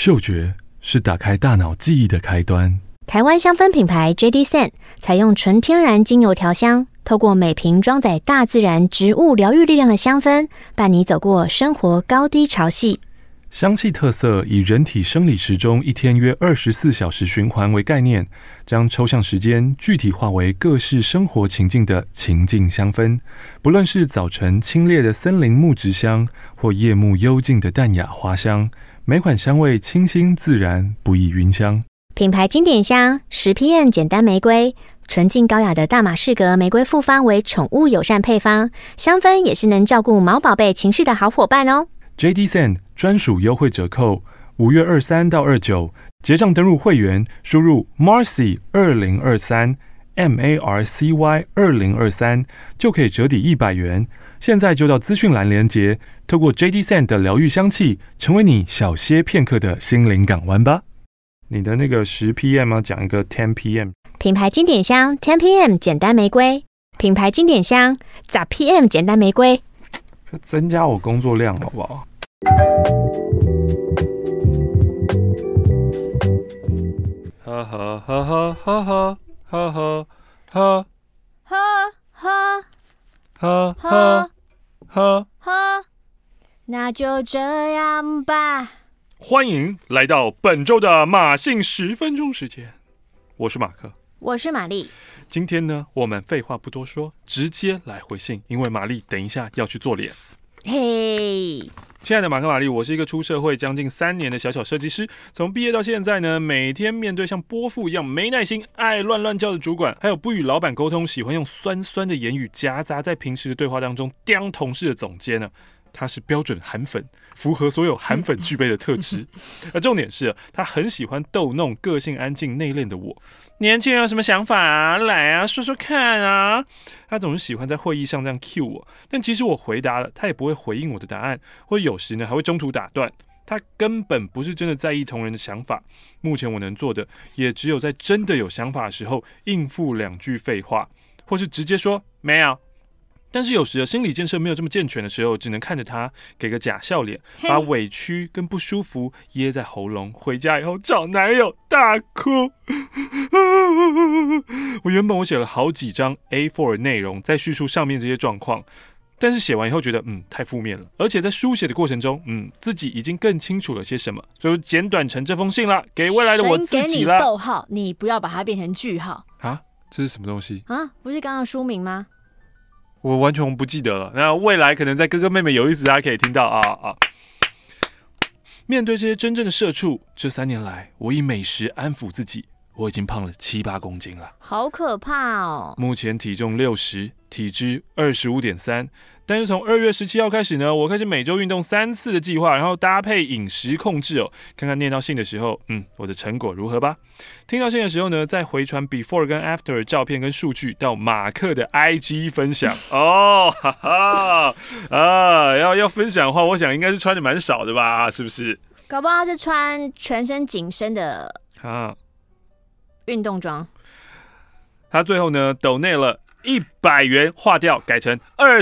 嗅觉是打开大脑记忆的开端。 台湾香氛品牌 JD Scent 采用纯天然精油调香，透过每瓶装载大自然植物疗愈力量的香氛，伴你走过生活高低潮汐。 香气特色以人体生理时钟一天约24小时循环为概念，将抽象时间具体化为各式生活情境的情境香氛。不论是早晨清冽的森林木质香，或夜幕幽静的淡雅花香，每款香味清新自然，不易晕香。 品牌经典香10PM 简单玫瑰，纯净高雅的大马士革玫瑰复方为宠物友善配方，香氛也是能照顾毛宝贝情绪的好伙伴哦。 JD Scent 专属优惠折扣，5月23到29，结账登入会员，输入 Marcy 2023 MARCY 2023就可以折抵100元。现在就到资讯栏连结，透过 JD Scent 的疗愈香气，成为你小歇片刻的心灵港湾吧。你的那个10PM要讲一个 10PM。 品牌经典香 10PM 简单玫瑰，品牌经典香 10PM 简单玫瑰。 增加我工作量好不好？哈哈哈哈哈哈哈哈哈哈哈哈哈哈，那就这样吧。 欢迎来到本周的马信10分钟时间，我是马克， 我是玛丽。 今天呢，我们废话不多说，直接来回信，因为玛丽等一下要去做脸。 嘿， 亲爱的马克玛丽，我是一个出社会将近3年的小小设计师。从毕业到现在呢，每天面对像泼妇一样没耐心、爱乱乱叫的主管，还有不与老板沟通、喜欢用酸酸的言语夹杂在平时的对话当中刁同事的总监呢。他是标准韩粉，符合所有韩粉具备的特质。而重点是，他很喜欢逗弄个性安静内敛的我。年轻人有什么想法啊？来啊，说说看啊！他总是喜欢在会议上这样 cue 我，但其实我回答了，他也不会回应我的答案，或有时呢还会中途打断。他根本不是真的在意同仁的想法。目前我能做的，也只有在真的有想法的时候，应付2句废话，或是直接说没有。但是有时心理建设没有这么健全的时候，只能看着他给个假笑脸，把委屈跟不舒服噎在喉咙，回家以后找男友大哭。我原本写了好几张 A4 的内容在叙述上面这些状况，但是写完以后觉得太负面了，而且在书写的过程中自己已经更清楚了些什么，所以简短成这封信了，给未来的我自己了。 给你逗号，你不要把它变成句号啊！这是什么东西啊？不是刚刚书名吗？ 我完全不记得了。那未来可能在哥哥妹妹有意思，大家可以听到啊。面对这些真正的社畜，这3年来，我以美食安抚自己，我已经胖了7-8公斤了， 好可怕哦！ 目前体重60，体脂25.3。但是从2月17号开始呢，我开始每周运动3次的计划，然后搭配饮食控制哦。看看念到信的时候，我的成果如何吧。听到信的时候呢，再回传 before 跟 after 的照片跟数据到马克的 IG 分享哦，哈哈啊，要分享的话，我想应该是穿的蛮少的吧，是不是？ 搞不好他是穿全身紧身的运动装。 他最后呢，donate了100元，划掉改成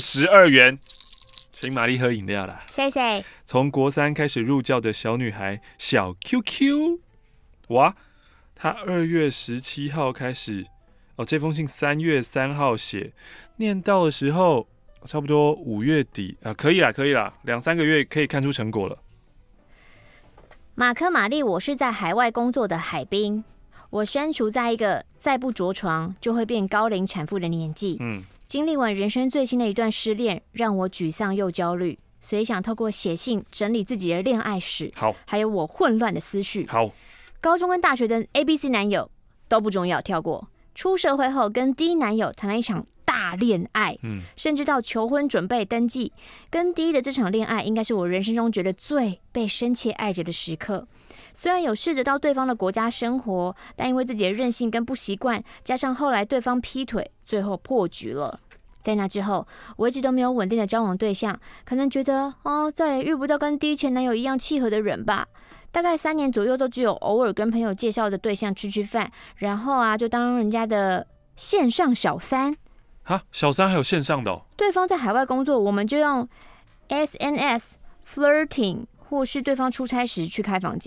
22元，请玛丽喝饮料啦。 谢谢。从国3开始入教的小女孩小 QQ， 哇，她2月17号开始，这封信3月3号写，念到的时候差不多5月底可以啦，2-3个月可以看出成果了。 马克玛丽，我是在海外工作的海滨。我身处在一个再不着床就会变高龄产妇的年纪，经历完人生最新的一段失恋，让我沮丧又焦虑，所以想透过写信整理自己的恋爱史，还有我混乱的思绪。高中跟大学的 ABC 男友都不重要，跳过。出社会后跟 D 男友谈了一场大恋爱，甚至到求婚准备登记。跟 D 的这场恋爱应该是我人生中觉得最被深切爱着的时刻。虽然有试着到对方的国家生活，但因为自己的任性跟不习惯，加上后来对方劈腿，最后破局了。在那之后，我一直都没有稳定的交往对象，可能觉得再也遇不到跟第一前男友一样契合的人吧。大概3年左右都只有偶尔跟朋友介绍的对象吃饭，然后就当人家的线上小三。 小三还有线上的哦？ 对方在海外工作，我们就用 SNS flirting， 或是对方出差时去开房间。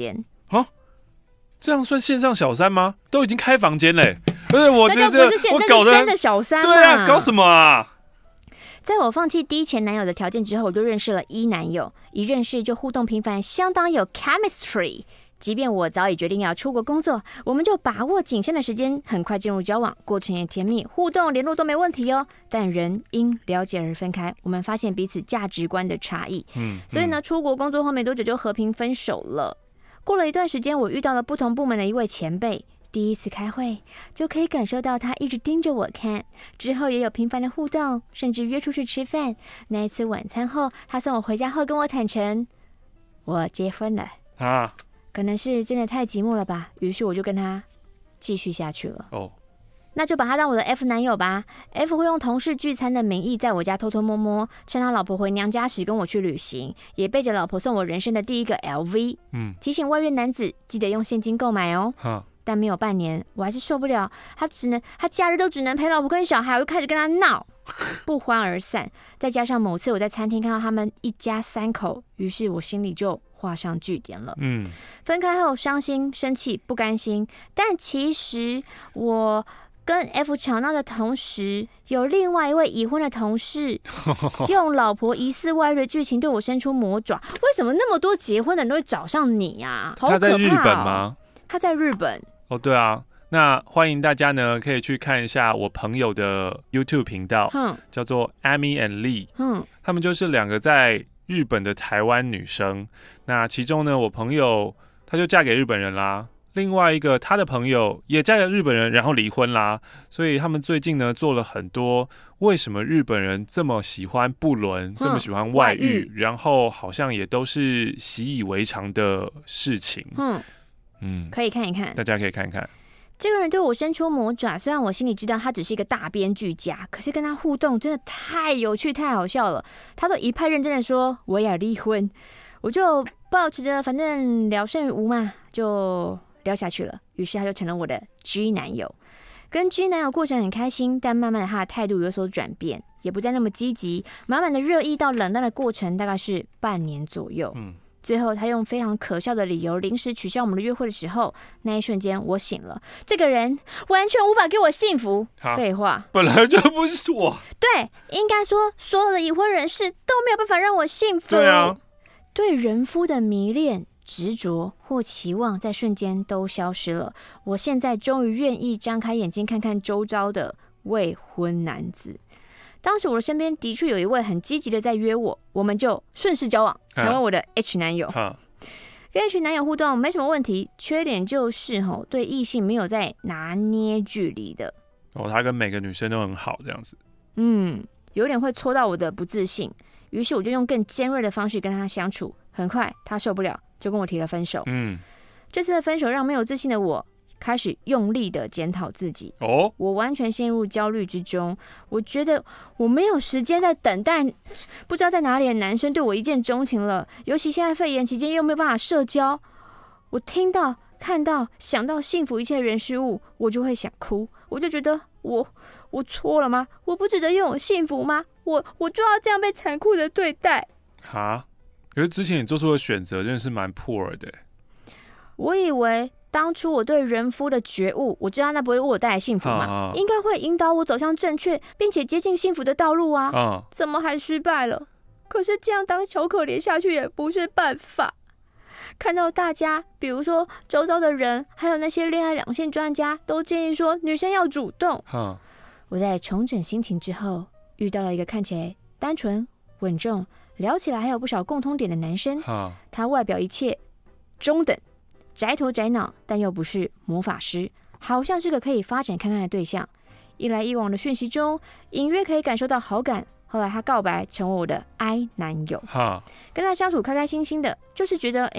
啊，这样算线上小三吗？都已经开房间嘞，而且我这我搞得真的小三， 对啊，搞什么啊？ 在我放弃低前男友的条件之后，我就认识了一男友，一认识就互动频繁，相当有 chemistry。即便我早已决定要出国工作，我们就把握仅剩的时间，很快进入交往，过程也甜蜜，互动联络都没问题哦。但人因了解而分开，我们发现彼此价值观的差异，所以呢，出国工作后没多久就和平分手了。过了一段时间，我遇到了不同部门的一位前辈。第一次开会就可以感受到他一直盯着我看，之后也有频繁的互动，甚至约出去吃饭。那一次晚餐后，他送我回家后跟我坦诚，我结婚了啊，可能是真的太寂寞了吧，于是我就跟他继续下去了。哦，那就把他当我的 F 男友吧。F 会用同事聚餐的名义在我家偷偷摸摸，趁他老婆回娘家时跟我去旅行，也背着老婆送我人生的第一个 LV。提醒外遇男子记得用现金购买哦。但没有半年，我还是受不了，他假日都只能陪老婆跟小孩，我就开始跟他闹，不欢而散。再加上某次我在餐厅看到他们一家3口，于是我心里就画上句点了。分开后伤心、生气、不甘心，但其实我跟 F 吵闹的同时，有另外一位已婚的同事用老婆疑似外遇的剧情对我伸出魔爪。为什么那么多结婚的人都会找上你啊？好可怕哦！ 他在日本吗？ 他在日本。 哦，对啊，那欢迎大家呢可以去看一下我朋友的 YouTube 频道，叫做 Amy and Lee，他们就是2个在日本的台湾女生。那其中呢，我朋友她就嫁给日本人啦，另外一个她的朋友也嫁给日本人，然后离婚啦。所以他们最近呢做了很多为什么日本人这么喜欢不伦，这么喜欢外遇，然后好像也都是习以为常的事情。 可以看一看， 大家可以看一看。 这个人对我伸出魔爪，虽然我心里知道他只是一个大编剧家，可是跟他互动真的太有趣、太好笑了。他都一派认真的说我要离婚，我就抱持着反正聊胜于无嘛，就聊下去了。于是他就成了我的 G 男友。跟 G 男友过程很开心，但慢慢的他的态度有所转变，也不再那么积极，满满的热议到冷淡的过程大概是半年左右。最后，他用非常可笑的理由临时取消我们的约会的时候，那一瞬间我醒了，这个人完全无法给我幸福。废话， 本来就不是我。 对，应该说所有的已婚人士都没有办法让我幸福。 对啊， 对人夫的迷恋、执着或期望，在瞬间都消失了。我现在终于愿意张开眼睛看看周遭的未婚男子。当时我的身边的确有一位很积极的在约我，我们就顺势交往，成为我的 H 男友。跟 H 男友互动没什么问题，缺点就是对异性没有在拿捏距离的。 他跟每个女生都很好这样子。 有点会戳到我的不自信，于是我就用更尖锐的方式跟他相处。很快他受不了，就跟我提了分手。这次的分手让没有自信的我开始用力的检讨自己。我完全陷入焦虑之中。我觉得我没有时间在等待不知道在哪里的男生对我一见钟情了，尤其现在肺炎期间又没有办法社交。我听到、看到、想到幸福一切人事物，我就会想哭。我就觉得我错了吗？我不值得拥有幸福吗？我就要这样被残酷的对待？ 可是之前你做出的选择真的是蛮 poor 的。 我以为当初我对人夫的觉悟，我知道那不会为我带来幸福嘛，应该会引导我走向正确并且接近幸福的道路啊。怎么还失败了？可是这样当小可怜下去也不是办法。看到大家，比如说周遭的人，还有那些恋爱两性专家，都建议说女生要主动。我在重整心情之后，遇到了一个看起来单纯、稳重，聊起来还有不少共通点的男生。他外表一切中等。宅头宅脑，但又不是魔法师，好像是个可以发展看看的对象。一来一往的讯息中，隐约可以感受到好感。后来他告白，成为我的 I 男友。跟他相处开开心心的，就是觉得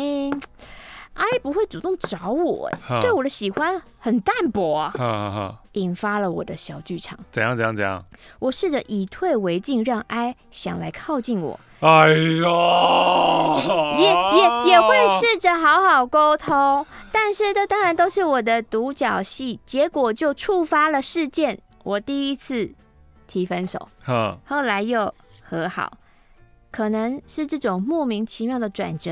I 不会主动找我，对我的喜欢很淡薄啊。引发了我的小剧场。 怎样？ 我试着以退为进，让 I 想来靠近我。也会试着好好沟通，但是这当然都是我的独角戏，结果就触发了事件。我第一次提分手，后来又和好，可能是这种莫名其妙的转折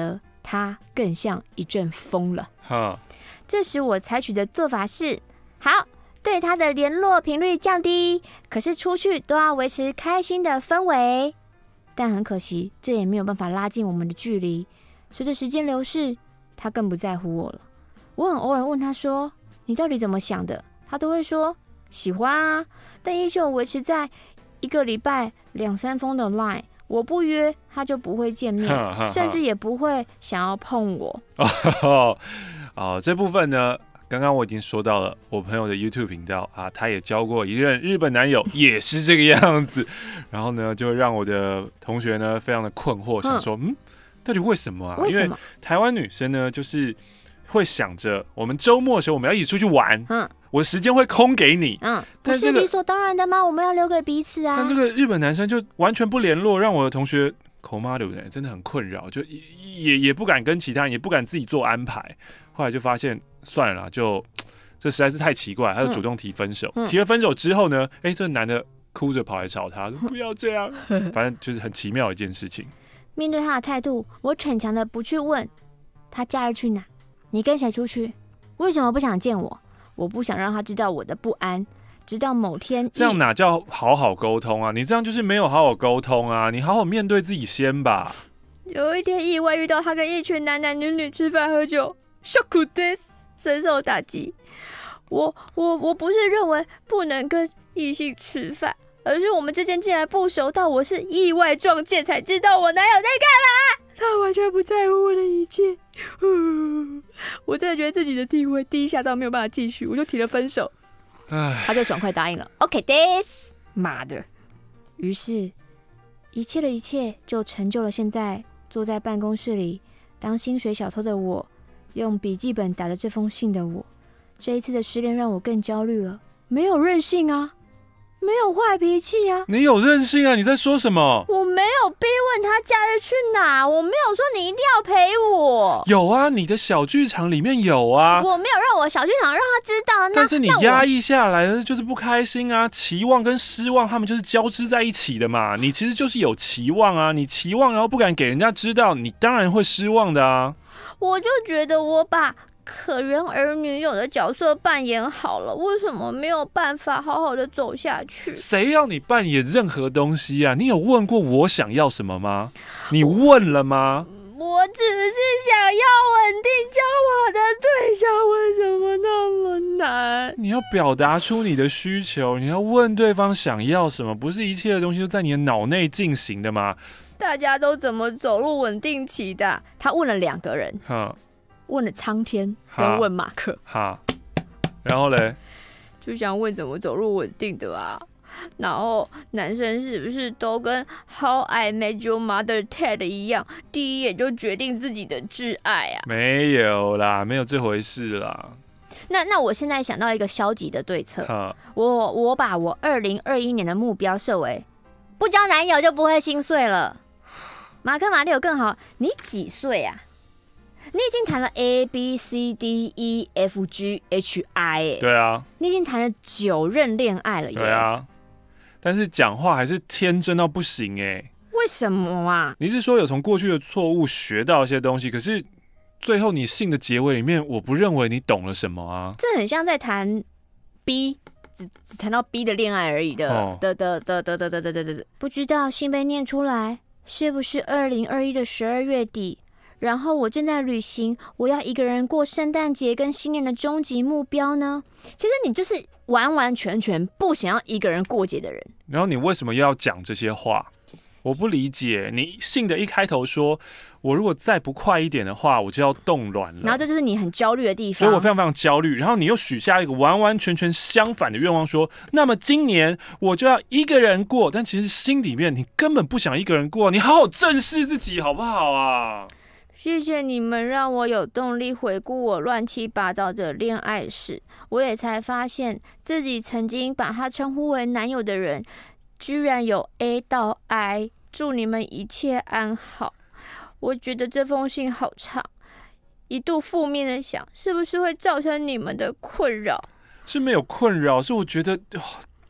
他更像一阵风了。 这时我采取的做法是，好，对他的联络频率降低，可是出去都要维持开心的氛围。但很可惜，这也没有办法拉近我们的距离。随着时间流逝，他更不在乎我了。我很偶尔问他说，你到底怎么想的？他都会说喜欢啊，但依旧维持在1个礼拜2-3封的 line。我不约他就不会见面，甚至也不会想要碰我。 这部分呢，刚刚我已经说到了我朋友的 YouTube 频道啊，他也交过一任日本男友，也是这个样子。然后呢，就让我的同学呢非常的困惑，想说，到底为什么啊？ 为什么？ 因为台湾女生呢，就是会想着我们周末的时候我们要一起出去玩，我的时间会空给你， 不是理所当然的吗？我们要留给彼此啊。 但这个日本男生就完全不联络，让我的同学口妈对不对？真的很困扰，就也不敢跟其他人，也不敢自己做安排。后来就发现算了啦，就这实在是太奇怪，他就主动提分手。提了分手之后呢，这个男的哭着跑来找他，说不要这样，反正就是很奇妙的一件事情。 面对他的态度，我逞强的不去问他假日去哪，你跟谁出去，为什么不想见我？我不想让他知道我的不安，直到某天， 这样哪叫好好沟通啊？你这样就是没有好好沟通啊！你好好面对自己先吧。 有一天意外遇到他跟一群男男女女吃饭喝酒 ，shock this， 深受打击。我不是认为不能跟异性吃饭，而是我们之间竟然不熟到我是意外撞见才知道我男友在干嘛。他完全不在乎我的一切，我真的觉得自己的地位低下到没有办法继续，我就提了分手。他就爽快答应了 ，OK this， 妈的！于是，一切的一切就成就了现在坐在办公室里当薪水小偷的我，用笔记本打着这封信的我。这一次的失恋让我更焦虑了，没有任性啊，没有坏脾气啊。 你有任性啊？你在说什么？ 我没有逼问他假日去哪，我没有说你一定要陪我。 有啊，你的小剧场里面有啊。 我没有让我小剧场让他知道。 但是你压抑下来的就是不开心啊，期望跟失望他们就是交织在一起的嘛。你其实就是有期望啊，你期望然后不敢给人家知道，你当然会失望的啊。 我就觉得我把可人儿女友的角色扮演好了，为什么没有办法好好的走下去？ 谁要你扮演任何东西啊？你有问过我想要什么吗？你问了吗？ 我只是想要稳定交往的对象，为什么那么难？ 你要表达出你的需求，你要问对方想要什么，不是一切的东西都在你的脑内进行的吗？ 大家都怎么走入稳定期的？他问了2个人，问了苍天跟问马克， 然后嘞， 就想问怎么走入稳定的啊。然后男生是不是都跟 How I Met Your Mother Ted 一样，第一眼就决定自己的挚爱啊？ 没有啦，没有这回事啦。 那我现在想到一个消极的对策，我把我2021年的目标设为不交男友就不会心碎了。马克玛丽有更好，你几岁啊？你已经谈了 A B C D E F G H I， 对啊， 你已经谈了9任恋爱了耶。 对啊，但是讲话还是天真到不行哎。 为什么啊？ 你是说有从过去的错误学到一些东西，可是最后你信的结尾里面，我不认为你懂了什么啊。 这很像在谈 B， 只谈到 B 的恋爱而已的。不知道信被念出来是不是2021的12月底？然后我正在旅行，我要一个人过圣诞节跟新年的终极目标呢？其实你就是完完全全不想要一个人过节的人。 然后你为什么要讲这些话？我不理解。你信的一开头说，我如果再不快一点的话，我就要冻卵了。 然后这就是你很焦虑的地方。 所以我非常非常焦虑。然后你又许下一个完完全全相反的愿望，说，那么今年我就要一个人过。但其实心里面你根本不想一个人过，你好好正视自己好不好啊？ 谢谢你们让我有动力回顾我乱七八糟的恋爱史，我也才发现自己曾经把他称呼为男友的人，居然有 A 到 I。祝你们一切安好。我觉得这封信好长，一度负面的想，是不是会造成你们的困扰？ 是没有困扰，是我觉得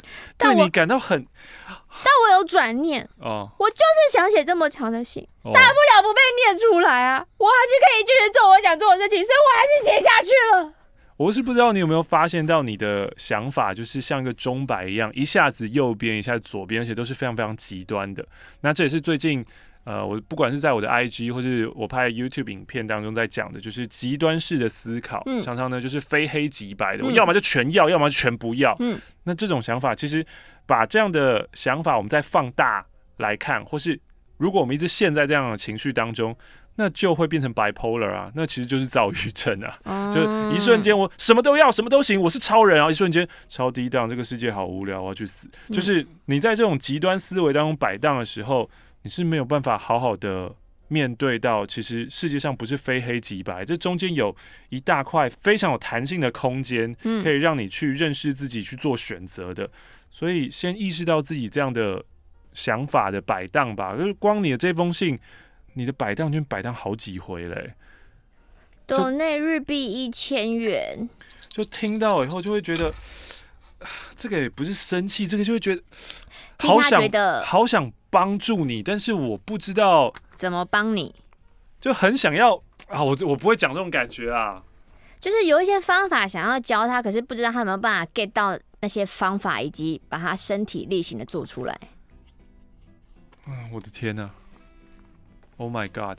对你感到很…… 但我有转念哦，我就是想写这么长的信，大不了不被念出来啊，我还是可以继续做我想做的事情，所以我还是写下去了。 我是不知道你有没有发现到你的想法就是像一个钟摆一样，一下子右边，一下子左边，而且都是非常非常极端的。那这也是最近我不管是在我的 IG 或是我拍 YouTube 影片当中在讲的，就是极端式的思考，常常呢就是非黑即白的，我要么就全要，要么就全不要。那这种想法其实把这样的想法我们再放大来看，或是如果我们一直陷在这样的情绪当中，那就会变成 bipolar 啊，那其实就是躁郁症啊。就一瞬间我什么都要，什么都行，我是超人啊，一瞬间超低档，这个世界好无聊，我要去死。就是你在这种极端思维当中摆荡的时候，你是没有办法好好的面对到，其实世界上不是非黑即白，这中间有一大块非常有弹性的空间，可以让你去认识自己，去做选择的。所以先意识到自己这样的想法的摆荡吧，就是光你的这封信。你的摆荡就摆荡好几回嘞， 斗内日币1000元， 就听到以后就会觉得，这个也不是生气，这个就会觉得好想帮助你，但是我不知道怎么帮你， 就很想要啊，我不会讲这种感觉啊， 就是有一些方法想要教他，可是不知道他有没有办法 get 到那些方法，以及把他身体力行的做出来。 我的天哪！Oh my God！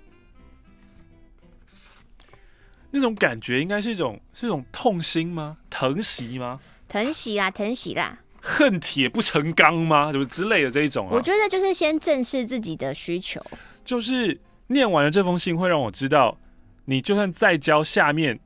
那种感觉应该是一种痛心吗？疼惜吗？ 疼惜啦！ 恨铁不成钢吗？就是之类的这一种啊。 我觉得就是先正视自己的需求。 就是念完了这封信，会让我知道，你就算再教下面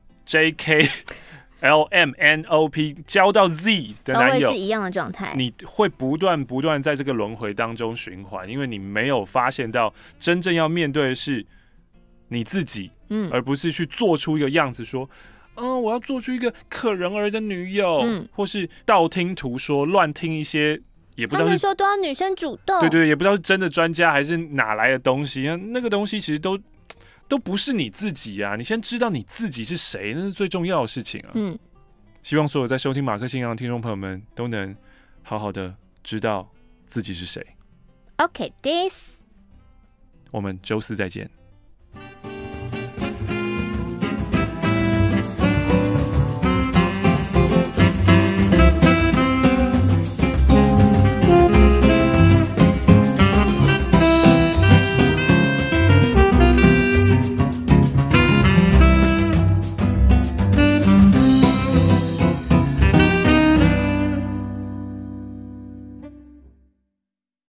JK。LMNOP 交到 Z 的男友都会是一样的状态， 你会不断在这个轮回当中循环，因为你没有发现到真正要面对的是你自己，而不是去做出一个样子说，我要做出一个可人儿的女友，或是道听途说乱听一些，也不知道他们说都要女生主动， 对，也不知道是真的专家还是哪来的东西，那个东西其实都不是你自己啊！你先知道你自己是谁，那是最重要的事情啊。希望所有在收听马克信仰的听众朋友们都能好好的知道自己是谁。 OK，this， 我们周四再见。